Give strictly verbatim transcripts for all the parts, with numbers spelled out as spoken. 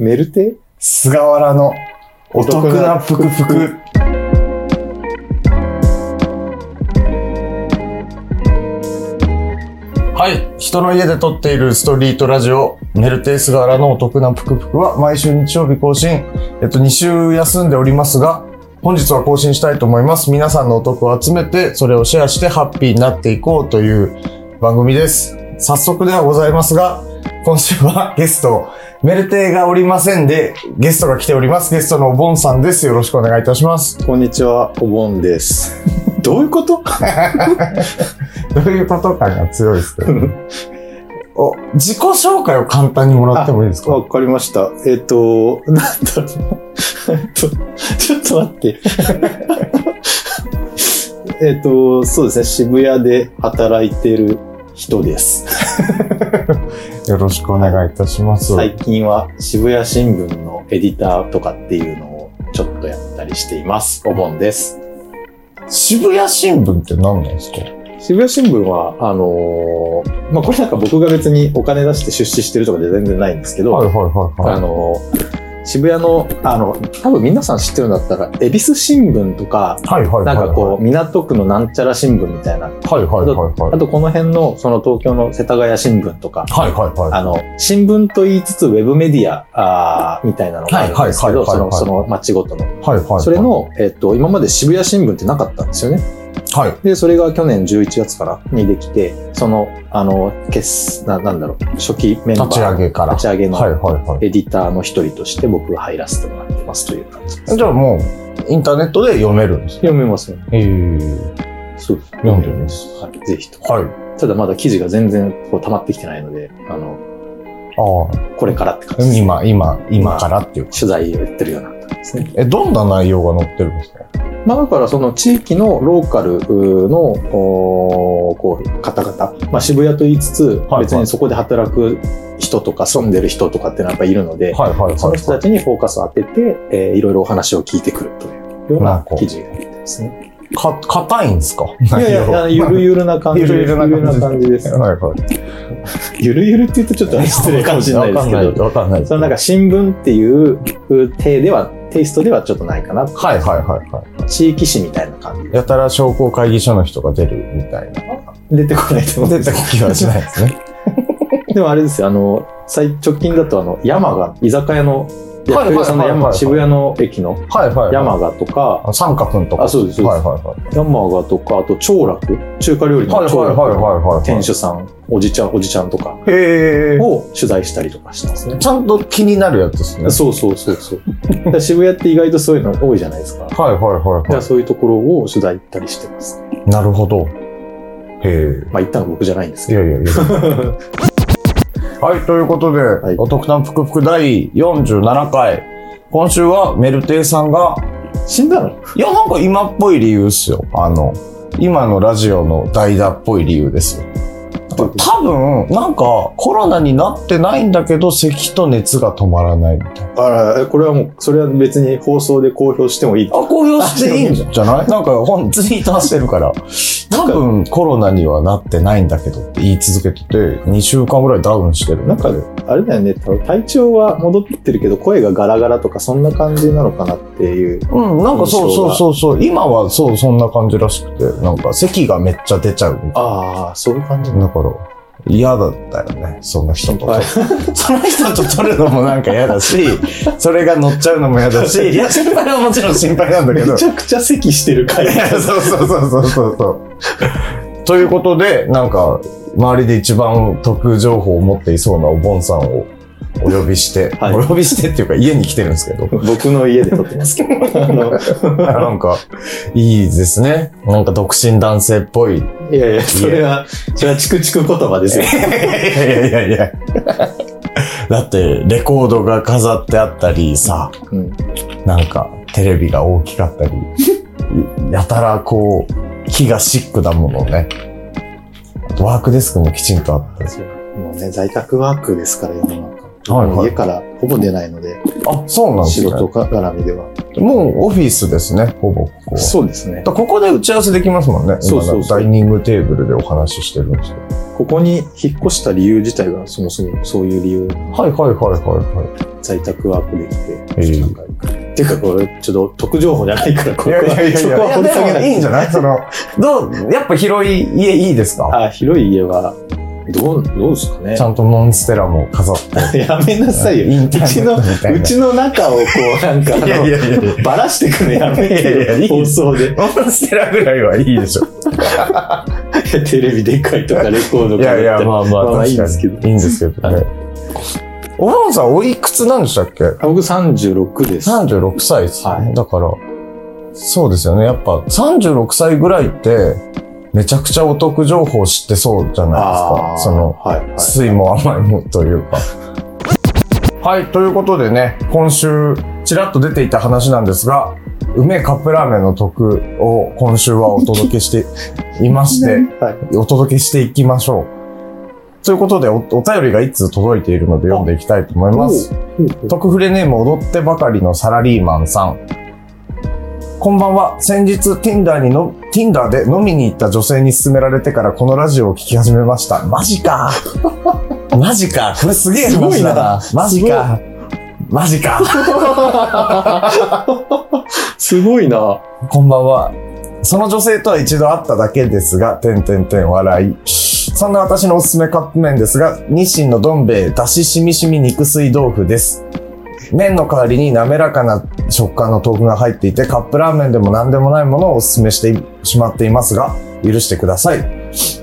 メルテ菅原のお得なぷくぷく。はい。人の家で撮っているストリートラジオ、メルテイ菅原のお得なぷくぷくは毎週日曜日更新。えっと、に週休んでおりますが、本日は更新したいと思います。皆さんのお得を集めて、それをシェアしてハッピーになっていこうという番組です。早速ではございますが、今週はゲスト、メルテイがおりませんで、ゲストが来ております。ゲストのおぼんさんです。よろしくお願いいたします。 こんにちは、おぼんです。どういうことどういうこと感が強いですけど、ね、お、自己紹介を簡単にもらってもいいですか？ わかりました。えっと、なんだろう。えっと、ちょっと待って。えっと、そうですね、渋谷で働いてる人です。 よろしくお願いいたします。 最近は渋谷新聞のエディターとかっていうのをちょっとやったりしています。おぼんです。 渋谷新聞って何なんですか？ 渋谷新聞は、あのー、まあ、これなんか僕が別にお金出して出資してるとかで全然ないんですけど、 はいはいはいはい。 あのー、渋谷の、あの、多分皆さん知ってるんだったら、恵比寿新聞とか、 はいはいはいはい、 なんかこう、港区のなんちゃら新聞みたいな。はいはいはいはい。 あと、あとこの辺の、その東京の世田谷新聞とか、 はいはいはい。 あの、新聞と言いつつ、ウェブメディア、あみたいなのがあるんですけど、その、その町ごとの。 はいはいはい。 それの、えっと、今まで渋谷新聞ってなかったんですよね。 はい。 で、それが去年じゅういちがつからにできて、その、あの、決、な、なんだろう、初期メンバー。 立ち上げから。 立ち上げのはいはいはい。 エディターの一人として僕が入らせてもらってますという感じです。 じゃあもう、インターネットで読めるんですか？ 読めますよね。 へー。 そうです。 読んでます。 はい。ぜひと。 はい。 ただまだ記事が全然こう溜まってきてないので、あの、 ああ。 これからって感じです。 今、今、今からっていう。 取材をやってるような感じですね。 え、どんな内容が載ってるんですか？ まあだからその地域のローカルのこう方々、まあ渋谷と言いつつ、別にそこで働く人とか住んでる人とかってのはやっぱいるので、はいはいはいはい、その人たちにフォーカスを当てて、えー、いろいろお話を聞いてくるというような記事が出てますね。 か、硬いんですか？ いやいや、いやゆるゆるな感じ。ゆるゆるな感じです。はいはい。ゆるゆるって言うとちょっと失礼かもしれないですけど、 わかんない。 そのなんか新聞っていう体では、テイストではちょっとないかな。 はいはいはいはい。 地域紙みたいな感じ。 やたら商工会議所の人が出るみたいな。 出てこないと思う。 出た気はしないですね。 でもあれですよ、あの、最直近だとあの、山が、居酒屋の、焼き鳥屋さんの山、渋谷の駅の山がとか、 三角とか。 あ、そうです、そうです。はいはいはい。山がとか、あと、長楽、中華料理の長楽の店主さん、おじちゃん、おじちゃんとかを取材したりとかしてますね。 ちゃんと気になるやつですね。 そうそうそうそう。渋谷って意外とそういうの多いじゃないですか。 はいはいはいはい。 そういうところを取材行ったりしてます。 なるほど。へえ。 まあ行ったの僕じゃないんですけど。 いやいやいや。はい、ということで、はい、お得なぷくぷくだいよんじゅうななかい。今週はメルテイさんが死んだの？ いや、なんか今っぽい理由っすよ。あの、今のラジオの代打っぽい理由ですよ。多分、なんかコロナになってないんだけど、咳と熱が止まらないみたいな。 あら、これはもう、それは別に放送で公表してもいい？ あ、公表していいんじゃない？なんか、ほん、ツイートしてるから。多分、コロナにはなってないんだけどって言い続けてて、にしゅうかんぐらいダウンしてる。 なんか、あれだよね、体調は戻ってるけど、声がガラガラとか、そんな感じなのかなっていう。 うん、なんかそうそうそうそう。今はそう、そんな感じらしくて、なんか、咳がめっちゃ出ちゃうみたいな。 ああ、そういう感じだから、嫌だったよね、その人と。その人と撮るのもなんか嫌だし、それが乗っちゃうのも嫌だし、いや、心配はもちろん心配なんだけど。 めちゃくちゃ咳してる回。 そうそうそうそうそうそう。ということで、なんか、周りで一番得情報を持っていそうなおぼんさんをお呼びして、はい、お呼びしてっていうか家に来てるんですけど。 僕の家で撮ってますけど。 なんか、いいですね。なんか独身男性っぽい。 いやいや、それは、それはチクチク言葉ですよ。 いやいやいやいや。だって、レコードが飾ってあったりさ、うん、なんか、テレビが大きかったり、やたらこう、木がシックなものをね。あとワークデスクもきちんとあったんですよ。 もうね、在宅ワークですから、世の中。はいはい、家からほぼ出ないので。 あ、そうなんですね。 仕事絡みでは。 もうオフィスですね、ほぼここ。 そうですね。 ここで打ち合わせできますもんね。 そうそうそう。 ダイニングテーブルでお話ししてるんですけど。 ここに引っ越した理由自体がそもそもそういう理由。 はいはいはいはいはい。 在宅ワークできて。 えー、 っていうかこれちょっと特情報じゃないからここは。 いやいやいやいや、いやでもいいんじゃないその、どう、やっぱ広い家いいですか？ あ、広い家は、どう、どうですかね。 ちゃんとモンステラも飾って。 やめなさいよ。うちの、うちの中をこう、なんかあの、いやいやいやばらしてくのやめてよ。いやいや放送で。 モンステラぐらいはいいでしょ。 テレビでっかいとかレコードとか。 いやいや、まあまあ、 まあいいんですけど。 いいんですけどね。おばんさんおいくつなんでしたっけ？ 僕さんじゅうろくです。 さんじゅうろくさいです、ね。 はい。 だから、そうですよね。やっぱさんじゅうろくさいぐらいって、めちゃくちゃお得情報知ってそうじゃないですか。その、はいはいはい、酸いも甘いもというか。はい、ということでね、今週、ちらっと出ていた話なんですが、うめえカップラーメンの得を今週はお届けしていまして、はい、お届けしていきましょう。ということでお、お便りが一通届いているので読んでいきたいと思います。特フレネーム踊ってばかりのサラリーマンさん。こんばんは。先日 Tinder にの、Tinder で飲みに行った女性に勧められてからこのラジオを聞き始めました。マジか。マジか。これすげえ話だな。マジか。マジか。 すごいな。 こんばんは。その女性とは一度会っただけですが、てんてんてん笑い。そんな私のおすすめカップ麺ですが、日清のどん兵衛だししみしみ肉水豆腐です。麺の代わりに滑らかな食感の豆腐が入っていて、カップラーメンでも何でもないものをおすすめしてしまっていますが、許してください。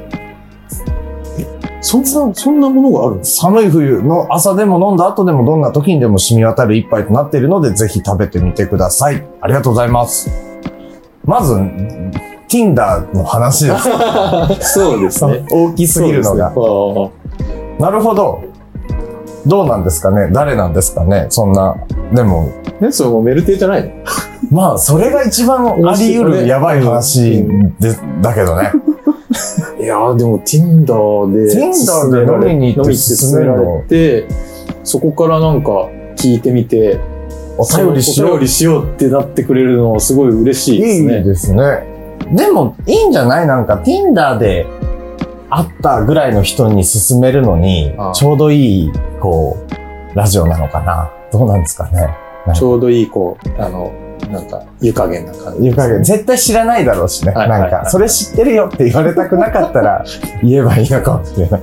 そんな、そんなものがあるんですか？ 寒い冬の朝でも飲んだ後でもどんな時にでも染み渡る一杯となっているので、ぜひ食べてみてください。ありがとうございます。まず、Tinder の話です。 そうですね。 大きすぎるのが。ね、なるほど。どうなんですかね？誰なんですかね？そんな、でも。 ね、それもメルテイじゃないの？ まあ、それが一番あり得るやばい話で、だけどね。 いやーでも Tinder で Tinder で飲みに行って勧められて、 そこからなんか聞いてみて、 お便りしよう。 お便りしようってなってくれるのはすごい嬉しいですね。 いいですね。でも、いいんじゃない？なんか Tinder で会ったぐらいの人に勧めるのに、ちょうどいい、こう、ラジオなのかな？どうなんですかね。 ちょうどいい、こう、あの、なんか、湯加減な感じ、ね。 湯加減。絶対知らないだろうしね。はいはいはい、なんか、それ知ってるよって言われたくなかったら、言えばいいのかもしれない。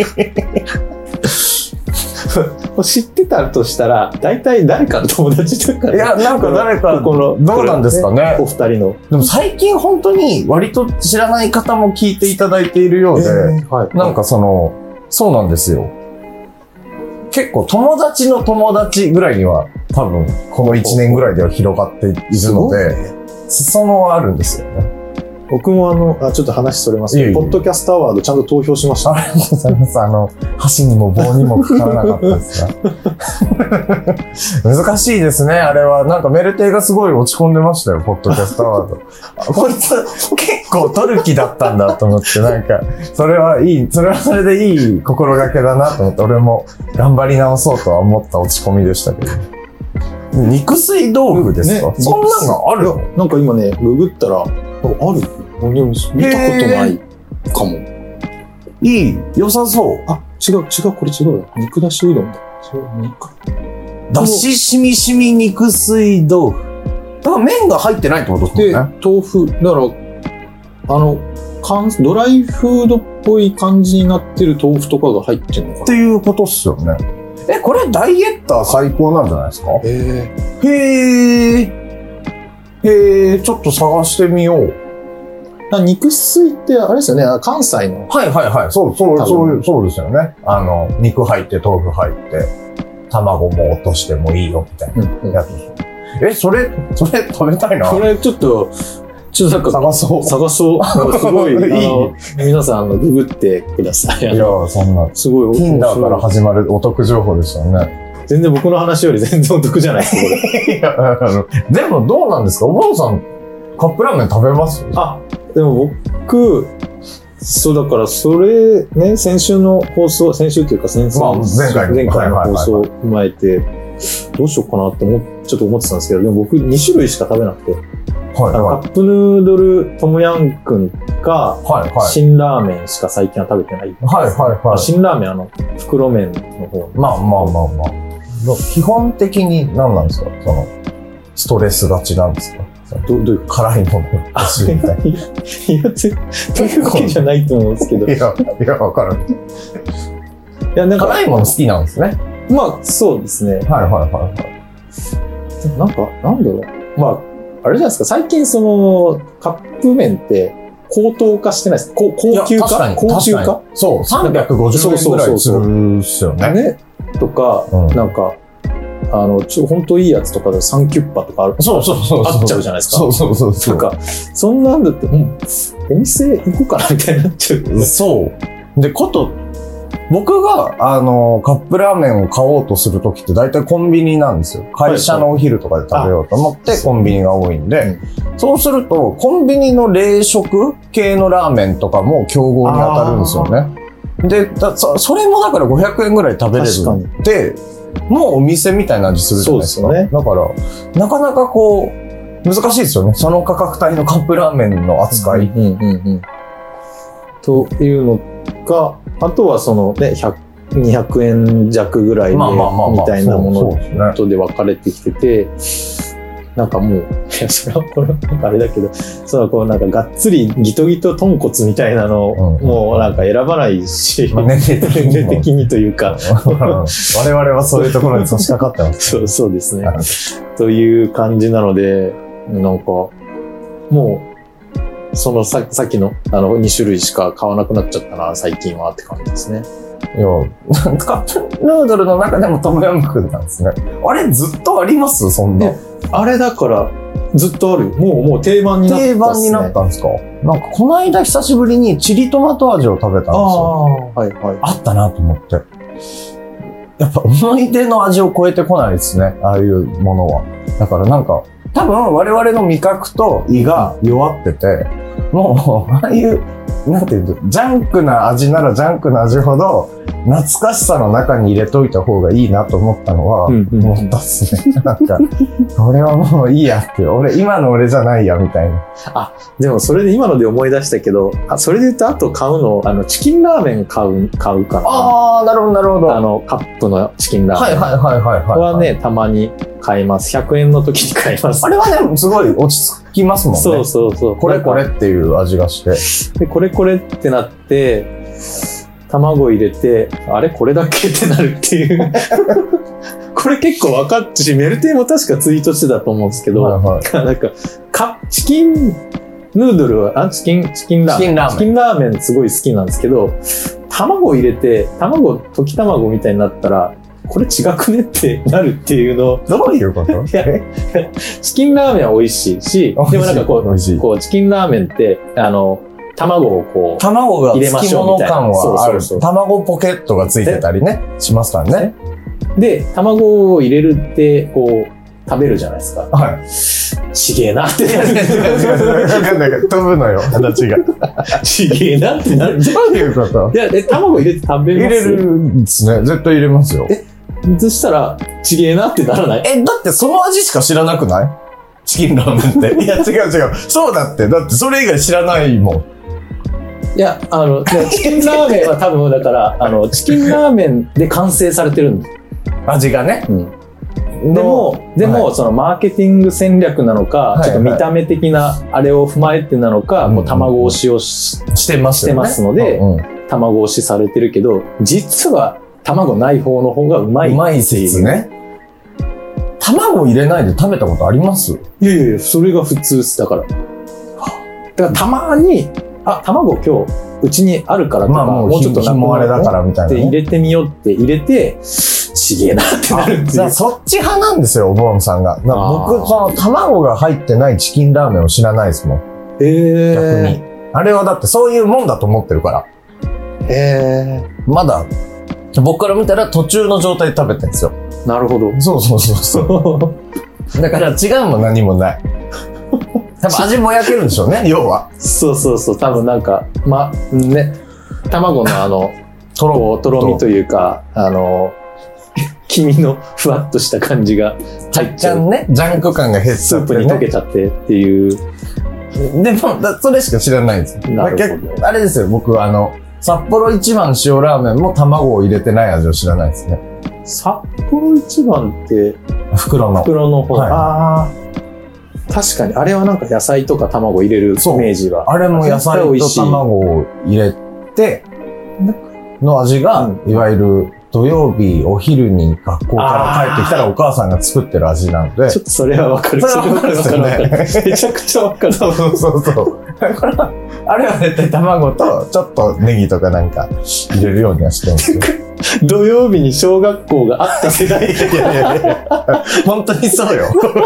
知ってたとしたら、大体誰かの友達とか、 ね。いや、なんか誰か、このどうなんですかね。 お二人の。 でも最近本当に割と知らない方も聞いていただいているようで、えーはい、なんかその、そうなんですよ。結構友達の友達ぐらいには多分このいちねんぐらいでは広がっているので、裾野はあるんですよね。 僕もあの、あ、ちょっっと話それますけど、いいポッドキャストアワードちゃんと投票しました。 ありがとうございます。あの、箸にも棒にもかからなかったですが。難しいですね、あれは。なんかメルテイがすごい落ち込んでましたよ、ポッドキャストアワード。こいつ結構取る気だったんだと思って、なんか、それはいい、それはそれでいい心がけだなと思って、俺も頑張り直そうとは思った落ち込みでしたけど。肉水豆腐ですか、ね、そんなのあるの？ なんか今ね、ググったら、ある？見たことないかも。 いい、良さそう。 あ、違う、違う、これ違うよ。肉だしうどんだ。違う、肉。 だししみしみ肉水豆腐。だから麺が入ってないってことですね。 で、豆腐、だから、あの、ドライフードっぽい感じになってる豆腐とかが入ってるのかなっていうことっすよね。え、これダイエッター最高なんじゃないですか？ へー。へー。へー、ちょっと探してみよう。 肉水ってあれですよね、関西の。 はいはいはい。そう、そう、そう、そうですよね。あの、肉入って豆腐入って、卵も落としてもいいよみたいなやつ。うんうん、え、それ、それ食べたいな。 それちょっと、ちょっとなんか探そう。 探そう。すごい、いい。皆さん、あの、ググってください。 いや、そんな。 すごい。 Tinder から始まるお得情報でしたね。 全然僕の話より全然お得じゃないですか、これ。 いや、あの、でもどうなんですか？お坊さん、カップラーメン食べます？ あ、でも僕、そうだからそれね、先週の放送、先週というか先々、 まあ、前回の前回の放送を踏まえて、 どうしようかなって思っちょっと思ってたんですけど、でも僕に種類しか食べなくて、 はいあのはい。 カップヌードルトムヤンくんか、 はいはい。 辛ラーメンしか最近は食べてない。 はいはいはい。 辛ラーメンあの、袋麺の方。 まあまあまあまあ。基本的に何なんですかその、ストレスがちなんですかどどういう辛いものが欲しいみたいな。 いや、そういうわけじゃないと思うんですけど。いいや、いや、わかる。 や、なんか、 辛いもの好きなんですね。 まあ、そうですね。 はいはいはいはい。 でもなんか、なんだろう。まあ、あれじゃないですか、最近その、カップ麺って、高騰化してないですか高高級化確かに高級化そう、さんびゃくごじゅうえんぐらいするっすよね。 ね。とか、 うんなんか、あの、ちょ、ほんといいやつとかでサンキュッパとかある。 そうそうそうそう。 あっちゃうじゃないですか。 そうそうそうそう。 なんか、そんなんだって、うん、お店行こうかなみたいになっちゃう。 そう。で、こと、僕が、あの、カップラーメンを買おうとするときって大体コンビニなんですよ。会社のお昼とかで食べようと思ってコンビニが多いんで、そうすると、コンビニの冷食系のラーメンとかも競合に当たるんですよね。で、だそ、それもだからごひゃくえんぐらい食べれるって、もうお店みたいな味するじゃないですか。 そうですよね。 だから、なかなかこう、難しいですよね。その価格帯のカップラーメンの扱い。 うんうんうんうん。というのが、あとはそのね、ひゃく、にひゃくえん弱ぐらいで、 まあまあまあまあみたいなもそうそうですねのとで分かれてきてて、なんかもう、いや、それはこれはなんかあれだけど、そのこうなんかがっつりギトギト豚骨みたいなのを、 うんもうなんか選ばないし、 まあ年齢的にも年齢的にというか、 我々はそういうところに差し掛かってます。 そうそうですね。という感じなので、なんか、もう、そのささっきのあのに種類しか買わなくなっちゃったな、最近はって感じですね。 いや、カップヌードルの中でもトムヤムクンなんですね。あれずっとありますそんな。 あれだからずっとあるよ。もうもう定番になったっすね。 定番になったんですかなんかこの間久しぶりにチリトマト味を食べたんですよ。 ああ、はいはい。 あったなと思って。やっぱ思い出の味を超えてこないですね。ああいうものは。だからなんか、多分我々の味覚と胃が弱ってて、もう、ああいう、なんていうの、ジャンクな味ならジャンクな味ほど、懐かしさの中に入れといた方がいいなと思ったのは、 うんうん思ったっすね。なんか、俺はもういいやって、俺、今の俺じゃないや、みたいな。 あ、でもそれで今ので思い出したけど、あ、それで言うとあと買うの、あの、チキンラーメン買う、買うかな。 あー、なるほど、なるほど。 あの、カップのチキンラーメン。 はいはいはいはい、はい。 これはね、たまに買います。ひゃくえんの時に買います。 あれはね、すごい落ち着きますもんね。 そうそうそう。 これこれっていう味がして。 で、これこれってなって、卵入れて、あれこれだけってなるっていう。これ結構分かってし、メルテイも確かツイートしてたと思うんですけど、 はいはい、 なんか、か、チキンヌードルは、あ、チキン、チキンラーメン。チキンラーメン。チキンラーメンすごい好きなんですけど、卵入れて、卵、溶き卵みたいになったら、これ違くねってなるっていうの。 どういうこといやチキンラーメンは美味しいし、でもなんかこう、こうチキンラーメンって、あの、卵をこう、 卵が付き物感はある。 そうそうそう卵ポケットがついてたりね、しますからね。 で、卵を入れるって、こう、食べるじゃないですか。 はい。 ちげえなってなる。 なんか飛ぶのよ、形が。 ちげえなってなる。 どういうこといや、え、卵入れて食べます？ 入れるんですね。絶対入れますよ。 え、そしたら、ちげえなってならない？ え、だってその味しか知らなくない？チキンラーメンって。いや、違う違う。そうだって。だってそれ以外知らないもん。 いや、あの、チキンラーメンは多分だから、あの、チキンラーメンで完成されてるんです。 味がね。 うん。でも、でも、はい、そのマーケティング戦略なのか、はいはい、ちょっと見た目的なあれを踏まえてなのか、うん、もう卵押しを し,、うん、 してますよね、 してますので、うんうん、卵押しされてるけど、実は卵ない方の方がうまい。 うまい説ね。卵入れないで食べたことあります？ いやいやいや、それが普通です。だから。だからたまに、あ、卵今日うちにあるからとか、 まあ、もうもうちょっともあれだからみたいな、ね。 入れてみようって入れて、ちげえなってなるんですよ。 そっち派なんですよ、おぼんさんが。僕、その卵が入ってないチキンラーメンを知らないですもん。 へー。 逆に。あれはだってそういうもんだと思ってるから。 へー。 まだ、僕から見たら途中の状態で食べてるんですよ。 なるほど。 そうそうそうそう。だから違うも何もない。多分味も焼けるんでしょうね、要は。 そうそうそう。多分なんか、ま、ね、卵のあの、とろ、とろみというか、あの、 黄身のふわっとした感じが入っちゃう。 若干ね、ジャンク感が減っちゃって、ね、 スープに溶けちゃってっていう。 でも、だそれしか知らないんですよ。 なるほど。 あれですよ、僕はあの、札幌一番塩ラーメンも卵を入れてない味を知らないですね。 札幌一番って、 袋の。 袋の方。 はい、 ああ。確かに、あれはなんか野菜とか卵入れるイメージは。 あれも野菜と卵を入れて、の味が、うん、いわゆる土曜日お昼に学校から帰ってきたらお母さんが作ってる味なので。 ちょっとそれはわかる。 それはわかるですよね。 めちゃくちゃわかる。 そうそうそうそう。だから、あれは絶対卵とちょっとネギとかなんか入れるようにはしてるんですよ。 土曜日に小学校があった世代。いやいやいや本当にそうよ。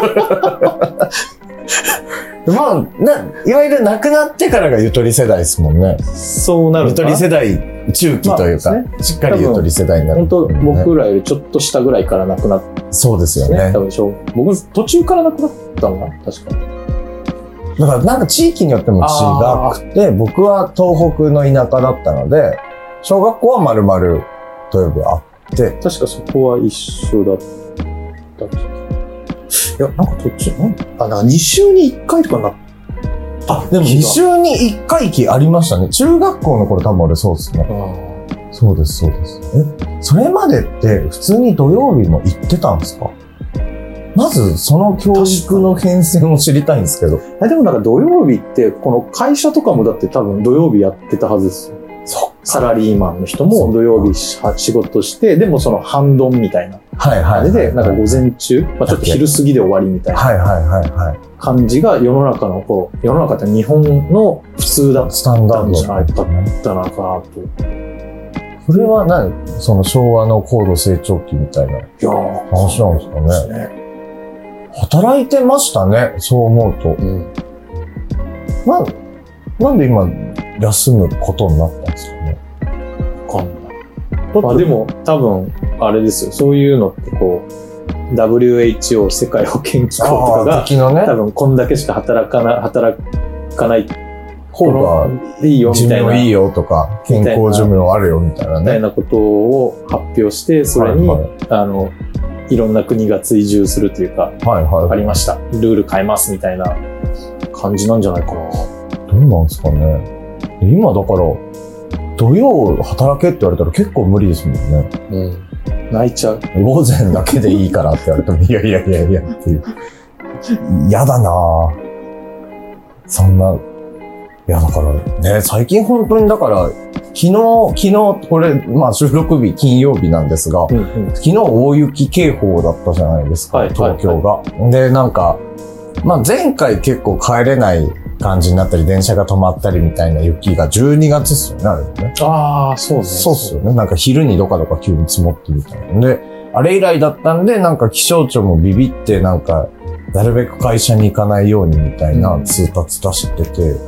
まあ、な、いわゆる亡くなってからがゆとり世代ですもんね。 そうなるゆとり世代中期というか、まあね、しっかりゆとり世代になる、 ね。本当僕らよりちょっと下ぐらいから亡くなって、ね。 そうですよね。 多分僕途中から亡くなったのかな確かに。 だからなんか地域によっても違くて、僕は東北の田舎だったので、小学校は丸々土曜日あって。 確かそこは一緒だったんですか。いや、なんか途中、んあ、なんかに週にいっかいとかなあ、でもに週にいっかい期ありましたね。中学校の頃多分俺そうですね。そうです、そうです。え、それまでって普通に土曜日も行ってたんですか？まずその教育の変遷を知りたいんですけど。 え、でもなんか土曜日って、この会社とかもだって多分土曜日やってたはずですよ。サラリーマンの人も土曜日仕事して、でもその半ドンみたいな。 はいはい。 で、なんか午前中、まあ、ちょっと昼過ぎで終わりみたいな。 はいはいはいはい。 感じが世の中のこう、世の中って日本の普通だったんじゃないかったのかなと。 それは何その昭和の高度成長期みたいな話なんですかね。働いてましたね、そう思うと。うん、な、なんで今、休むことになったんですかね。 わかんない。まあでも、多分、あれですよ。そういうのってこう、ダブリューエイチオー 世界保健機構とかが、ね、多分こんだけしか働かない、働かない方がいいよみたいな。寿命いいよとか、健康寿命あるよみたいなね。 みたいなことを発表して、それに、はいはい、あの、いろんな国が追従するというか、はいはい、ありました。ルール変えますみたいな感じなんじゃないかな。 どうなんですかね。今だから、土曜働けって言われたら結構無理ですもんね。 うん。泣いちゃう。 午前だけでいいからって言われても、いやいやいやいやっていう。嫌だなぁ。そんな、いやだからね、最近本当にだから、昨日、昨日、これ、まあ収録日金曜日なんですが、うんうん、昨日大雪警報だったじゃないですか、はい、東京が、はいはい。で、なんか、まあ前回結構帰れない感じになったり、電車が止まったりみたいな雪がじゅうにがつっすよね、あれね。 ああ、そうね。 そうっすよね。なんか昼にどかどか急に積もってみたいな。で、あれ以来だったんで、なんか気象庁もビビって、なんか、なるべく会社に行かないようにみたいな通達出してて、うん、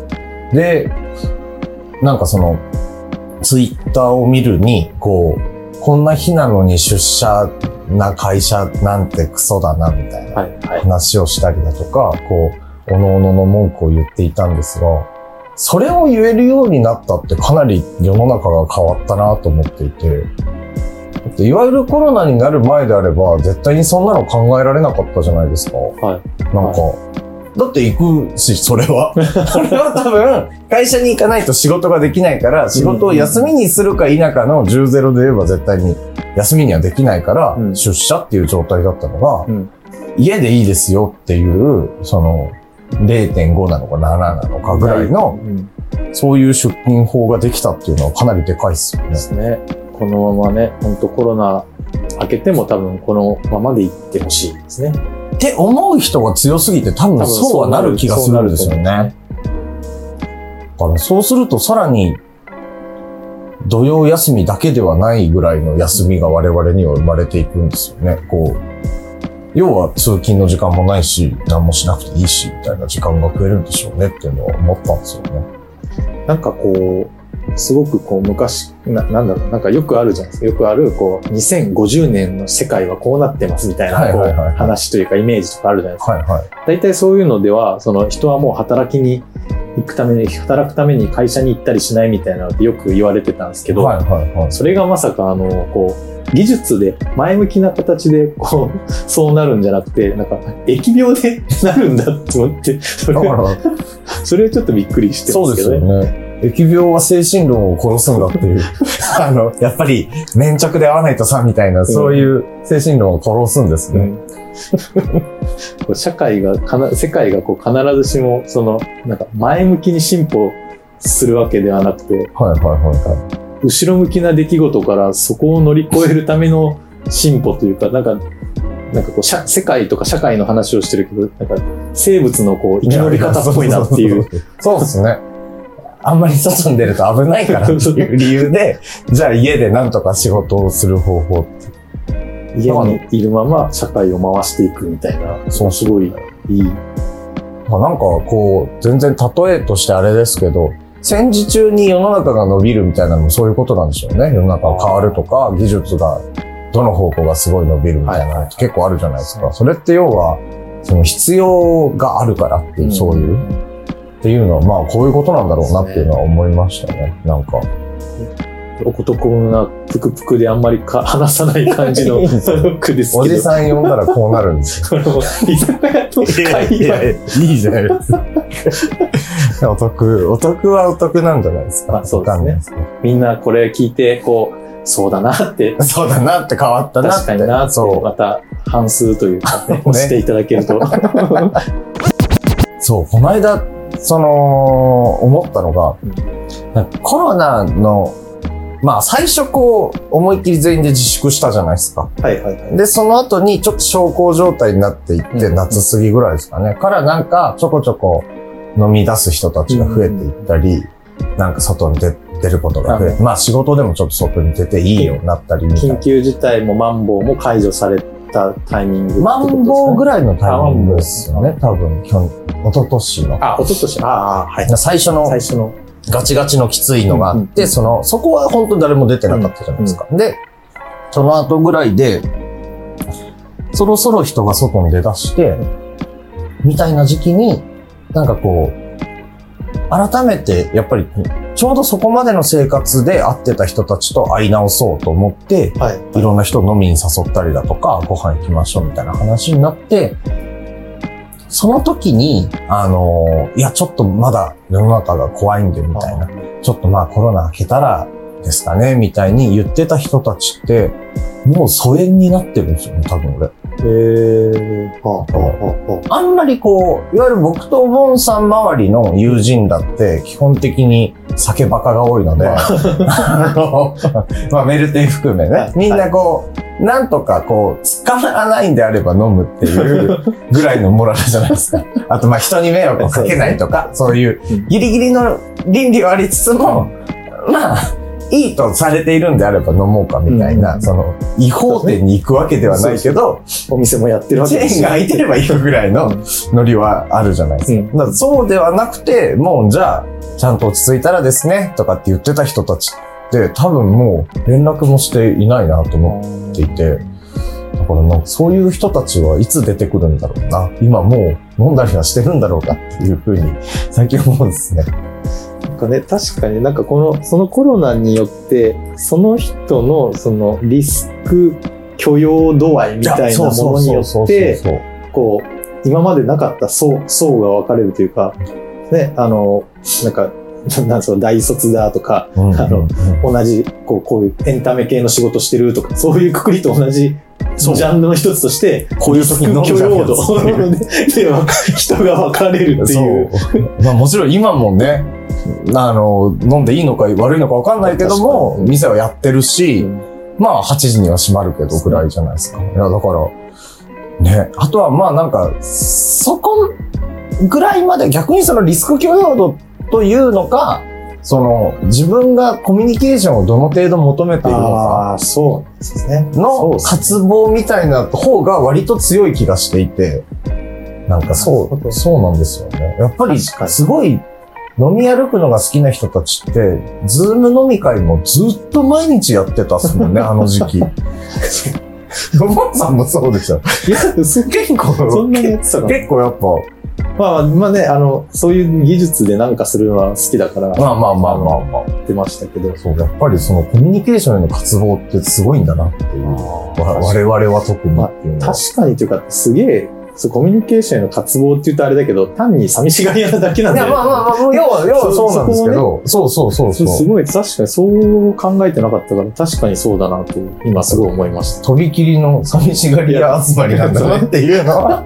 で、なんかその、ツイッターを見るに、こう、こんな日なのに出社な会社なんてクソだな、みたいな話をしたりだとか、こう、おのおのの文句を言っていたんですが、それを言えるようになったってかなり世の中が変わったなと思っていて、いわゆるコロナになる前であれば、絶対にそんなの考えられなかったじゃないですか。はい。なんか、はい、だって行くし、それは。それは多分、会社に行かないと仕事ができないから、仕事を休みにするか否かのじゅうゼロで言えば絶対に休みにはできないから、うん、出社っていう状態だったのが、うん、家でいいですよっていう、その、れいてんご なのかなななのかぐらいの、うん、そういう出勤法ができたっていうのはかなりでかいっすよね。 ですね。このままね、本当コロナ明けても多分このままでいってほしいですね。 って思う人が強すぎて多分そうはなる気がするんですよね。だからそうするとさらに土曜休みだけではないぐらいの休みが我々には生まれていくんですよね。こう、要は通勤の時間もないし、何もしなくていいし、みたいな時間が増えるんでしょうねっていうのは思ったんですよね。 なんかこう、すごくこう昔な、なんだろう、なんかよくあるじゃないですか。よくある、こう、にせんごじゅうねんの世界はこうなってますみたいな、こう、話というかイメージとかあるじゃないですか。はいはい。大体そういうのでは、その人はもう働きに行くために、働くために会社に行ったりしないみたいなのってよく言われてたんですけど、はいはいはい、それがまさかあのこう技術で前向きな形でこうそうなるんじゃなくて、なんか疫病でなるんだって思って、それそれはちょっとびっくりしてますけどね。そうですよね。 疫病は精神論を殺すんだっていうあのやっぱり粘着で合わないとさみたいな、うん、そういう精神論を殺すんですね。 うん、社会がかな世界がこう必ずしもそのなんか前向きに進歩するわけではなくて、はいはいはい、後ろ向きな出来事からそこを乗り越えるための進歩というか、なんかなんかこう社世界とか社会の話をしてるけど、なんか生物のこう生き延び方っぽいなっていう。 そうですね。あんまり外に出ると危ないからっていう理由で、じゃあ家でなんとか仕事をする方法って。 家にいるまま社会を回していくみたいな、そうすごいいい。 まあ、なんかこう、全然例えとしてあれですけど、戦時中に世の中が伸びるみたいなのもそういうことなんでしょうね。世の中が変わるとか、技術がどの方向がすごい伸びるみたいなのって結構あるじゃないですか。それって要は、その必要があるからっていう、そういう。っていうのは、まあ、こういうことなんだろうなっていうのは思いましたね。なんか。 男なぷくぷくであんまりか話さない感じの句ですけど。 おじさん呼んだらこうなるんですよ。 居酒屋と会話。 いいじゃないですか。お得、お得はお得なんじゃないですか。まあ、 そうですね。みんなこれ聞いて、こう、そうだなって。 そうだなって変わったなって。 確かになって、また反数というかね、押していただけると。 そう、この間、その、思ったのが、なんかコロナの、まあ最初こう、思いっきり全員で自粛したじゃないですか。はいはいはい。で、その後にちょっと小康状態になっていって、うん、夏過ぎぐらいですかね。からなんかちょこちょこ飲み出す人たちが増えていったり、うん、なんか外に出、出ることが増えて、まあ仕事でもちょっと外に出ていいようになったりみたいな。 緊急事態もマンボウも解除されたタイミングってことですね。 マンボウぐらいのタイミングですよね。多分、去年、一昨年の。 あ、一昨年。ああ、はい。 最初の。最初の。ガチガチのきついのがあって、うんうん、その、そこは本当に誰も出てなかったじゃないですか。うんうん、で、その後ぐらいで、そろそろ人が外に出だして、みたいな時期に、なんかこう、改めて、やっぱり、ちょうどそこまでの生活で会ってた人たちと会い直そうと思って、はい、いろんな人を飲みに誘ったりだとか、ご飯行きましょうみたいな話になって、その時に、あのー、いや、ちょっとまだ世の中が怖いんで、みたいな。ちょっとまあコロナ明けたらですかね、みたいに言ってた人たちって、もう疎遠になってるんですよね、多分俺。へー。はあはあ、あんまりこう、いわゆる僕とおぼんさん周りの友人だって、基本的に酒バカが多いので、あの、まあメルテイ含めね、みんなこう、なんとかこう、捕まらないんであれば飲むっていうぐらいのモラルじゃないですか。あとまあ人に迷惑をかけないとか、そういうギリギリの倫理はありつつも、まあ、いいとされているんであれば飲もうかみたいな、うん、その、違法店に行くわけではないけど、 お店もやってるわけです。チェーンが開いてれば行くぐらいのノリはあるじゃないですか。うん、だからそうではなくて、もうじゃあ、ちゃんと落ち着いたらですね、とかって言ってた人たちって多分もう連絡もしていないなと思っていて、だからなんかそういう人たちはいつ出てくるんだろうな。今もう飲んだりはしてるんだろうかっていうふうに最近思うんですね。 なんかね、確かになんかこの、そのコロナによって、その人のそのリスク許容度合いみたいなものによって、こう、今までなかった層、層が分かれるというか、ね、あの、なんか、なんその大卒だとか、うんうんうん、あの、同じ、こう、こういうエンタメ系の仕事してるとか、そういうくくりと同じ、ジャンルの一つとして、 こういう時に許容度で人が分かれるっていう。 まあもちろん今もね、あの、飲んでいいのか悪いのか分かんないけども、店はやってるし、うん、まあはちじには閉まるけどぐらいじゃないですか。いや、だから、ね、あとはまあなんか、そこぐらいまで逆にそのリスク許容度というのか、その、自分がコミュニケーションをどの程度求めているのか、 そうですね。 の渇望みたいな方が割と強い気がしていて、なんかそう、そうなんですよね。やっぱり、すごい、飲み歩くのが好きな人たちって、ズーム飲み会もずっと毎日やってたっすもんね、あの時期。おばあさんもそうでしょ。いや、結構、そんなにやってたか結構やっぱ、 まあまあね、あの、そういう技術でなんかするのは好きだから。 まあまあまあまあまあ。 言ってましたけど。 そう、やっぱりそのコミュニケーションへの渇望ってすごいんだなっていう。我々は特にっていうのは、 まあ。確かにというか、すげえ、そうコミュニケーションへの渇望って言うとあれだけど、単に寂しがり屋なだけなんで。いや、 まあまあまあ、要は、要はそうなんですけど、そうそうそうそう。 すごい、確かにそう考えてなかったから、確かにそうだなと、今すごい思いました。 とびきりの寂しがり屋集まりなんだなっていうのは。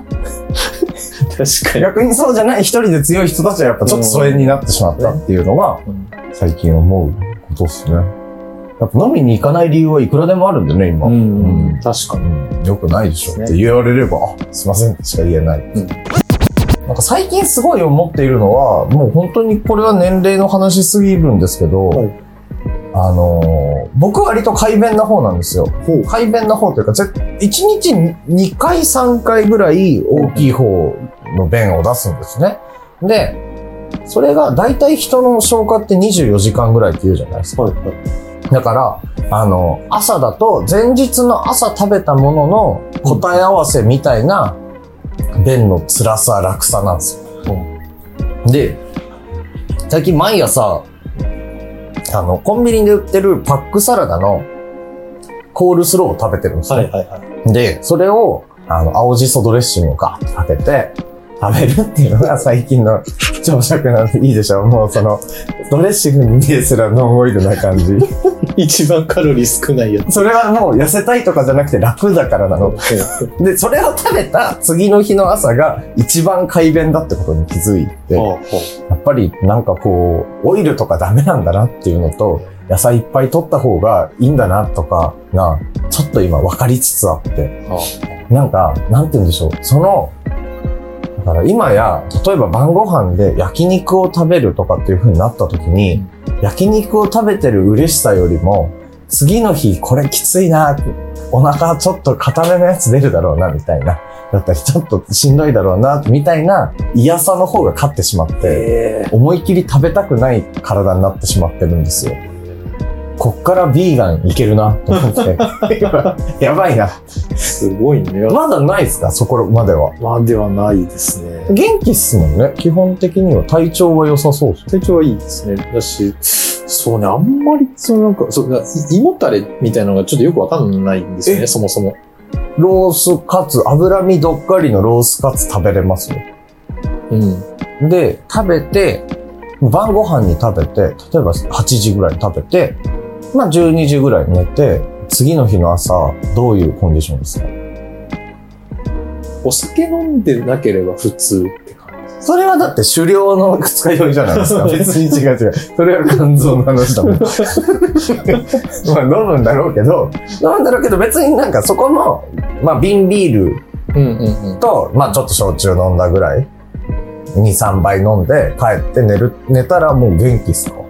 確かに。 逆にそうじゃない一人で強い人たちはやっぱちょっと疎遠になってしまったっていうのが、最近思うことですね。やっぱ飲みに行かない理由はいくらでもあるんでね、今。 うん、うん、確かに。 よくないでしょって言われれば、あ、すいませんしか言えない。うん、なんか最近すごい思っているのは、もう本当にこれは年齢の話すぎるんですけど、はい、あのー、僕は割と快便な方なんですよ。快便な方というか、いちにちにかいさんかいぐらい大きい方の便を出すんですね。で、それが大体人の消化ってにじゅうよじかんぐらいって言うじゃないですか。はいはい、だから、あの、朝だと前日の朝食べたものの答え合わせみたいな便の辛さ、楽さなんですよ。うん、で、最近毎朝、あの、コンビニで売ってるパックサラダのコールスローを食べてるんですよ。はいはいはい、で、それを、あの、青じそドレッシングをガーッとかけて食べるっていうのが最近の朝食なんでいいでしょう。もうその、ドレッシングにですらノンオイルな感じ。 一番カロリー少ないやつ。 それはもう痩せたいとかじゃなくて楽だからなの。で、それを食べた次の日の朝が一番快便だってことに気づいて、やっぱりなんかこう、オイルとかダメなんだなっていうのと、野菜いっぱい取った方がいいんだなとかが、ちょっと今分かりつつあって、なんか、なんて言うんでしょう。その、だから今や、例えば晩ご飯で焼肉を食べるとかっていう風になった時に、焼肉を食べてる嬉しさよりも、次の日これきついな、お腹ちょっと固めのやつ出るだろうな、みたいな。だったりちょっとしんどいだろうな、みたいな嫌さの方が勝ってしまって、思い切り食べたくない体になってしまってるんですよ。こっからビーガンいけるなと思って。やばいな。 すごいね。 まだないですかそこまでは。 まではないですね。 元気っすもんね。基本的には体調は良さそうです。 体調はいいですね。だし、そうね、あんまり、そのなんか、そう、胃もたれみたいなのがちょっとよくわかんないんですよね、そもそも。 ロースカツ、脂身どっかりのロースカツ食べれますよ。うん。で、食べて、晩ご飯に食べて、例えばはちじぐらいに食べて、まあじゅうにじぐらいに寝て、次の日の朝、どういうコンディションですか？ お酒飲んでなければ普通って感じ。 それはだって狩猟の二日酔いじゃないですか。別に違う違う。それは肝臓の話だもん。まあ飲むんだろうけど、飲むんだろうけど別になんかそこの、まあ瓶ビールと、うんうんうん、まあちょっと焼酎飲んだぐらい、に、さんばい飲んで帰って寝る、寝たらもう元気っすか？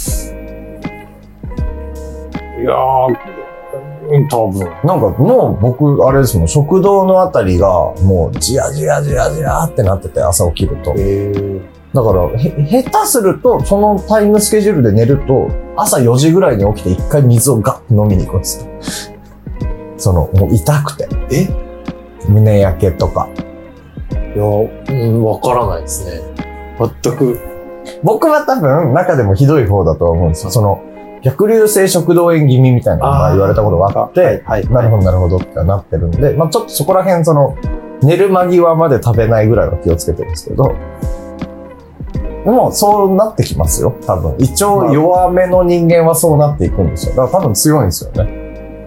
いやー、多分。 なんかもう僕、あれですもん、食堂のあたりがもうじやじやじやじやってなってて、朝起きると。へー。だから、へ、下手すると、そのタイムスケジュールで寝ると、朝よじぐらいに起きて一回水をガッと飲みに行くんですよ。その、もう痛くて。え？胸焼けとか。 いや、うん、わからないですね。全く。 僕は多分、中でもひどい方だと思うんですよ。その、逆流性食道炎気味みたいなのが言われたことがあって、はいはい、なるほどなるほどってなってるんで、まあちょっとそこら辺その、寝る間際まで食べないぐらいは気をつけてるんですけど、でもそうなってきますよ、多分。一応弱めの人間はそうなっていくんですよ。だから多分強いんですよね。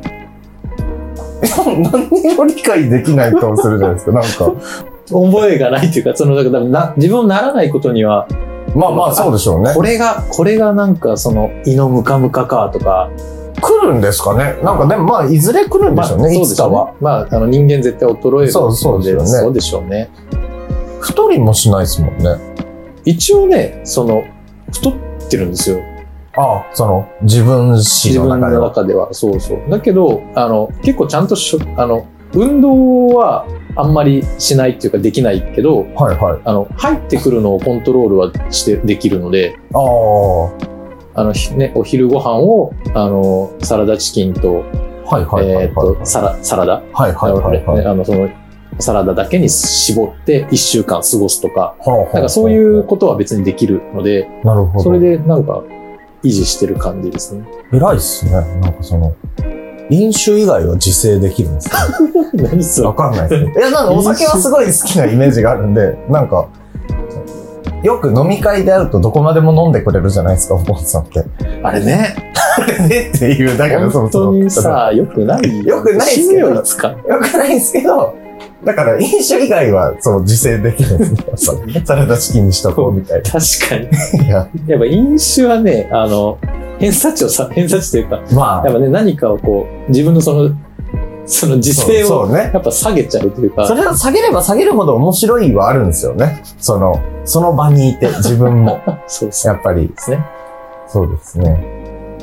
何にも理解できない顔するじゃないですか、なんか。 覚えがないっていうか、その、だからな自分ならないことには、 まあまあそうでしょうね。 これが、これがなんかその胃のムカムカかとか。 来るんですかね。なんかでもまあいずれ来るんでしょうね、まあ、いつかは。 まああの人間絶対衰えるので。 そうですよね。 そうでしょうね。 太りもしないですもんね。 一応ね、その、太ってるんですよ。 ああ、その、自分史の中では。 自分の中では、そうそう。だけど、あの、結構ちゃんとしょ、あの、運動はあんまりしないっていうかできないけど、はいはい。あの、入ってくるのをコントロールはしてできるので、ああ。あの、ね、お昼ご飯を、あの、サラダチキンと、はいはいはい、はい。えっと、サラ、サラダ。はいはいはい、はい。あの、その、 サラダだけに絞っていっしゅうかん過ごすとか、 はあはあ、 なんかそういうことは別にできるので、 なるほど。 それでなんか維持してる感じですね。 偉いっすね。なんかその、飲酒以外は自制できるんですか？ 何それ？ わかんないですね。いや、なんかお酒はすごい好きなイメージがあるんで、なんか、よく飲み会で会うとどこまでも飲んでくれるじゃないですか、お坊さんって。 あれね。 あれねっていう、だからそ本当にさ、よくない。 よくないですけど。 よくないですけど、だから飲酒以外はそう自制できるんですね。サラダチキンにしとこうみたいな。 確かに。いや、やっぱ飲酒はね、あの、偏差値をさ、偏差値というか、まあ、やっぱね、何かをこう、自分のその、その自制を、やっぱ下げちゃうというか。 それを下げれば下げるほど面白いはあるんですよね。その、その場にいて、自分も。 そうですね。やっぱり。 ですね。 そうですね。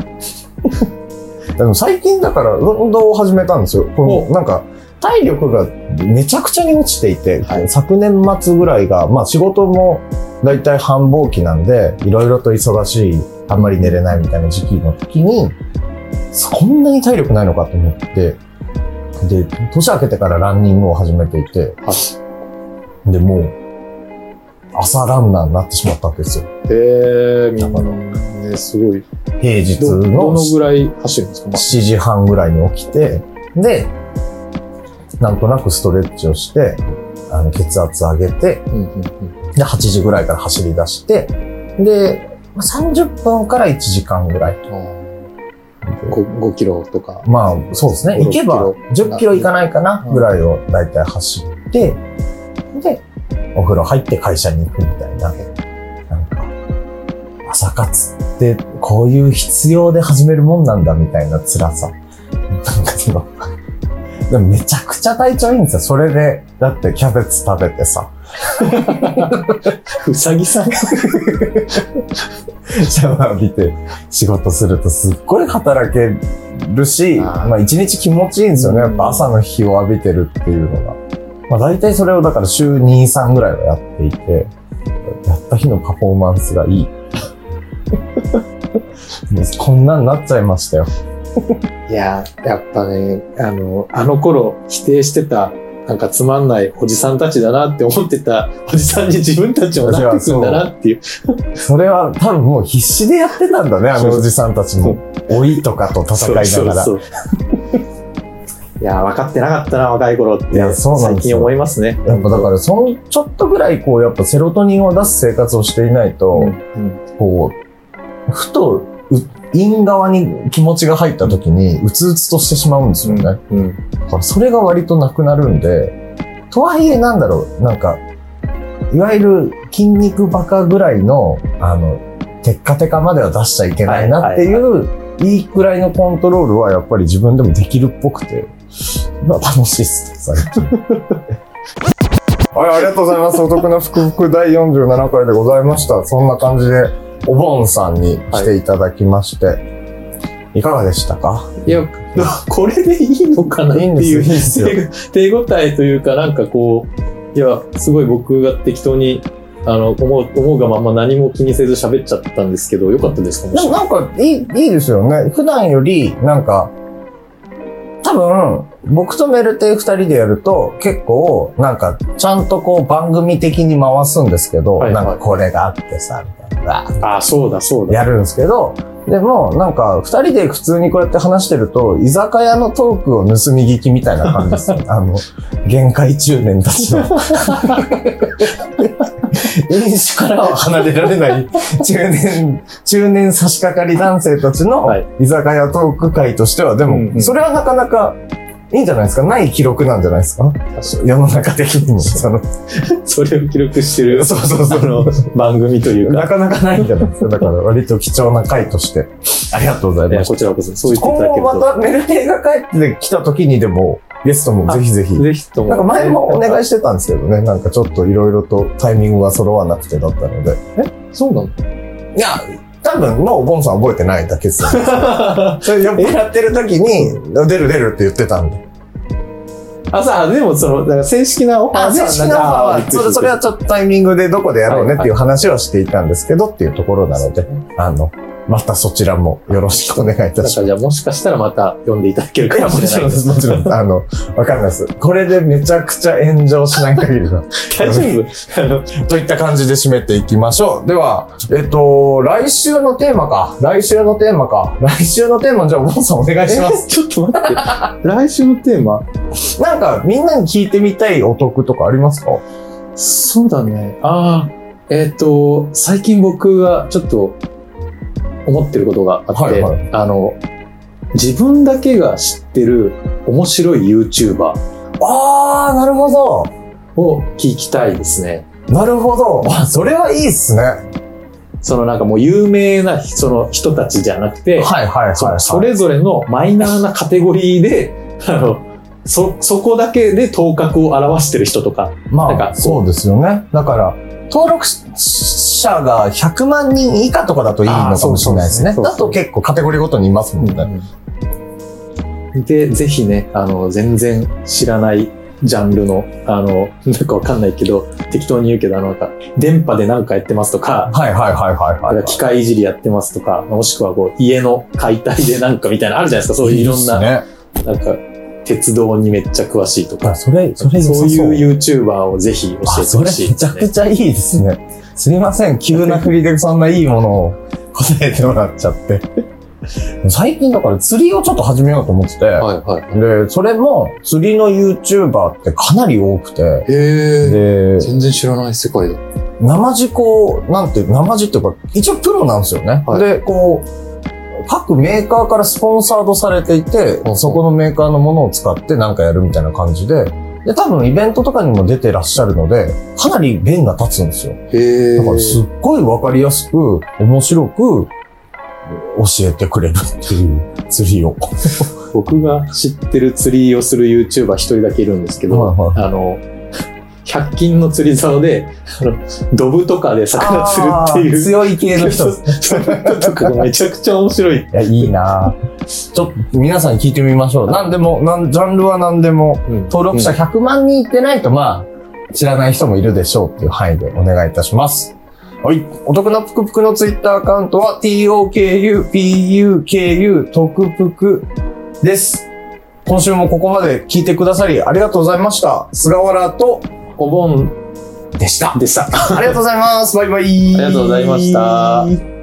でも最近だから運動を始めたんですよ。このなんか体力がめちゃくちゃに落ちていて、はい、昨年末ぐらいが、まあ仕事もだいたい繁忙期なんで、いろいろと忙しい、あんまり寝れないみたいな時期の時に、こんなに体力ないのかと思って、で、年明けてからランニングを始めていて、はい、で、もう、朝ランナーになってしまったわけですよ。 へー、みんなね、すごい。 平日のどのぐらい走るんですか？ しちじはんぐらいに起きて、で、なんとなくストレッチをして、あの血圧上げて、うんうんうん、で、はちじぐらいから走り出して、で、さんじゅっぷんからいちじかんぐらい。 ご, ごキロとか。 まあ、そうですね。行けばじゅっキロ行かないかなぐらいをだいたい走って、で、お風呂入って会社に行くみたいな。なんか、朝活ってこういう必要で始めるもんなんだみたいな辛さ。なんかその、でもめちゃくちゃ体調いいんですよ。それで、だってキャベツ食べてさ。 うさぎさんシャワー浴びて仕事するとすっごい働けるし、あまあ一日気持ちいいんですよね。やっぱ朝の日を浴びてるっていうのが。まあ大体それをだから週に、さんぐらいはやっていて、やった日のパフォーマンスがいい。こんなんなっちゃいましたよ。 いや、やっぱね、あの、あの頃否定してた、なんかつまんないおじさんたちだなって思ってたおじさんに自分たちもなってくんだなっていう。 それは多分もう必死でやってたんだね、あのおじさんたちも。老いとかと戦いながら。そうそうそう。 いや、分かってなかったな、若い頃って。いや、そうなんですよ。最近思いますね。 やっぱだから、その、ちょっとぐらいこう、やっぱセロトニンを出す生活をしていないと、うんうん、こう、ふと、陰側に気持ちが入った時に、うつうつとしてしまうんですよね。うんうん、だからそれが割となくなるんで、とはいえなんだろう、なんか、いわゆる筋肉バカぐらいの、あの、テッカテカまでは出しちゃいけないなっていう、はいはいはい、いいくらいのコントロールはやっぱり自分でもできるっぽくて、まあ楽しいっすね、最近。はい、ありがとうございます。お得なふくふくだいよんじゅうななかいでございました。そんな感じで、おぼんさんに来ていただきまして、はい、いかがでしたか？ いや、これでいいのかなっていう手応えというか、なんかこう、いや、すごい僕が適当に、あの、思う、思うがまま何も気にせず喋っちゃったんですけど、よかったですか？ でもなんかいい、いいですよね。普段より、なんか、多分、僕とメルテイ二人でやると、結構、なんか、ちゃんとこう番組的に回すんですけど、はいはい、なんかこれがあってさ、みたいな。 ああ、そうだ、そうだ。 やるんですけど、でも、なんか、二人で普通にこうやって話してると、居酒屋のトークを盗み聞きみたいな感じですね。あの、限界中年たちの。飲酒からは離れられない中年、中年差し掛かり男性たちの居酒屋トーク会としては、でも、それはなかなかいいんじゃないですか？ない記録なんじゃないですか？世の中的にも。そのそれを記録してる、そうそうそう、の番組というか。 なかなかないんじゃないですか。だから割と貴重な回として。ありがとうございます。 こちらこそ、そう言っていただけると。 今後またメルテイが帰ってきた時にでも、ゲストもぜひぜひ。 ぜひとも。 なんか前もお願いしてたんですけどね。なんかちょっといろいろとタイミングが揃わなくてだったので。 え？そうなの？いや、多分もうゴンさん覚えてないだけですよ。それ酔っ払ってる時に、出る出るって言ってたんで。 あ、さあ、でもその、なんか正式なオファーは、正式なオファーは、それ、それはちょっとタイミングでどこでやろうねっていう話はしていたんですけどっていうところなので、あの、 またそちらもよろしくお願いいたします。 だからじゃあもしかしたらまた読んでいただけるかもしれないです。 もちろんです、もちろんです。あの、わかんないです。これでめちゃくちゃ炎上しない限りは。 大丈夫あのといった感じで締めていきましょう。では、えっと、来週のテーマか。来週のテーマか。来週のテーマ、じゃあ、モンさんお願いします。 ちょっと待って。来週のテーマなんか、みんなに聞いてみたいお得とかありますか？ そうだね。ああ、えっと、最近僕がちょっと思ってることがあって、はいはい、あの、自分だけが知ってる面白い YouTuber。 ああ、なるほど。 を聞きたいですね。 なるほど。それはいいっすね。 そのなんかもう有名なその人たちじゃなくて、 はいはいはい、はい、 そ, それぞれのマイナーなカテゴリーで、あの、そ、そこだけで頭角を表してる人とか。 まあ、 なんかそうですよね。だから、登録者がひゃくまんにん以下とかだといいのかもしれないですね。だと結構カテゴリーごとにいますもんね。 うん、で、ぜひね、あの、全然知らないジャンルの、あの、なんかわかんないけど、適当に言うけど、あの、なんか、電波でなんかやってますとか、 はいはいはいはい、はい。 機械いじりやってますとか、もしくはこう、家の解体でなんかみたいなのあるじゃないですか、そういういろんな、いいね、なんか、鉄道にめっちゃ詳しいとか、 それ、それそういう YouTuber をぜひ教えてほしい、ね。 それめちゃくちゃいいですね。すいません、急な振りでそんないいものを答えてもらっちゃって。最近だから釣りをちょっと始めようと思ってて、はいはい、で、それも釣りの YouTuber ってかなり多くて、 へで全然知らない世界だ。 生地こう、なんて、生地っていうか、一応プロなんですよね。はい、で、こう、各メーカーからスポンサードされていて、うん、そこのメーカーのものを使ってなんかやるみたいな感じで、で、多分イベントとかにも出てらっしゃるので、かなり弁が立つんですよ。 へだからすっごいわかりやすく、面白く、教えてくれるっていう釣りを。 僕が知ってる釣りをする YouTuber 一人だけいるんですけど、はいはい、あの、ひゃく均の釣り竿で、あの、ドブとかで魚釣るっていう。 強い系の人ですね。 その人とかがめちゃくちゃ面白い。いや、いいなぁ。ちょっと皆さんに聞いてみましょう。なんでも、なん、ジャンルはなんでも、うん、登録者ひゃくまんにんいってないと、まあ、知らない人もいるでしょうっていう範囲でお願いいたします。はい。お得なぷくぷくのツイッターアカウントは トーキューピーユーケーユー トクぷくです。今週もここまで聞いてくださりありがとうございました。菅原とお盆でした。 でした。 ありがとうございます。バイバイ。 ありがとうございました。